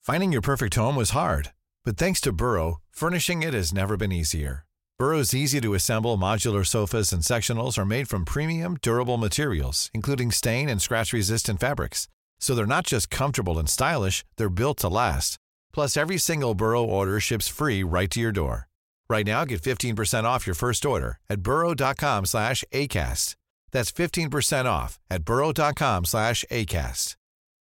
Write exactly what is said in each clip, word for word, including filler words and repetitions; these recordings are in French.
Finding your perfect home was hard, but thanks to Burrow, furnishing it has never been easier. Burrow's easy-to-assemble modular sofas and sectionals are made from premium, durable materials, including stain and scratch-resistant fabrics. So they're not just comfortable and stylish, they're built to last. Plus, every single Burrow order ships free right to your door. Right now, get fifteen percent off your first order at burrow.com slash ACAST. That's fifteen percent off at burrow.com slash ACAST.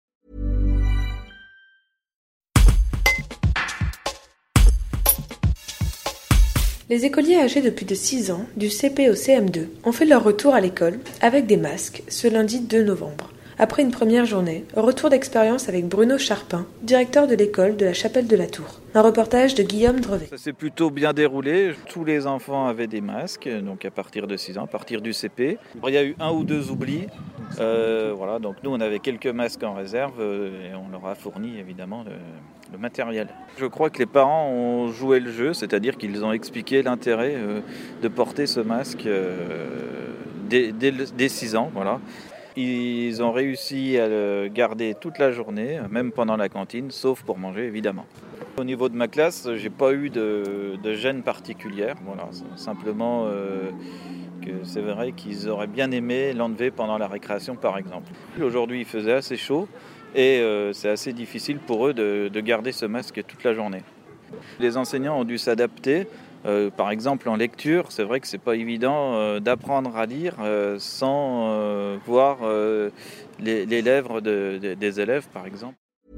Les écoliers âgés de plus de six ans, du C P au C M deux, ont fait leur retour à l'école avec des masques ce lundi deux novembre. Après une première journée, retour d'expérience avec Bruno Charpin, directeur de l'école de la Chapelle de la Tour. Un reportage de Guillaume Drevet. Ça s'est plutôt bien déroulé. Tous les enfants avaient des masques, donc à partir de six ans, à partir du C P. Il y a eu un ou deux oublis. Euh, voilà, donc nous, on avait quelques masques en réserve euh, et on leur a fourni évidemment le, le matériel. Je crois que les parents ont joué le jeu, c'est-à-dire qu'ils ont expliqué l'intérêt euh, de porter ce masque euh, dès, dès, dès six ans. Voilà. Ils ont réussi à le garder toute la journée, même pendant la cantine, sauf pour manger évidemment. Au niveau de ma classe, j'ai pas eu de, de gêne particulière. Voilà, simplement euh, que c'est vrai qu'ils auraient bien aimé l'enlever pendant la récréation par exemple. Aujourd'hui il faisait assez chaud et euh, c'est assez difficile pour eux de, de garder ce masque toute la journée. Les enseignants ont dû s'adapter. Euh, par exemple en lecture, c'est vrai que c'est pas évident euh, d'apprendre à lire euh, sans euh, voir euh, les, les lèvres de, de, des élèves par exemple.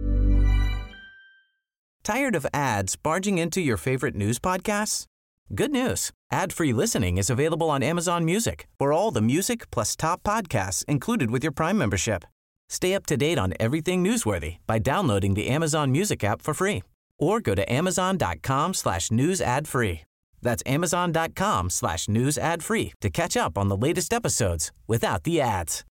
Tired of ads barging into your favorite news podcasts? Good news. Ad-free listening is available on Amazon Music for all the music plus top podcasts included with your Prime membership. Stay up to date on everything newsworthy by downloading the Amazon Music app for free or go to amazon.com slash news ad free. That's amazon.com slash news ad free to catch up on the latest episodes without the ads.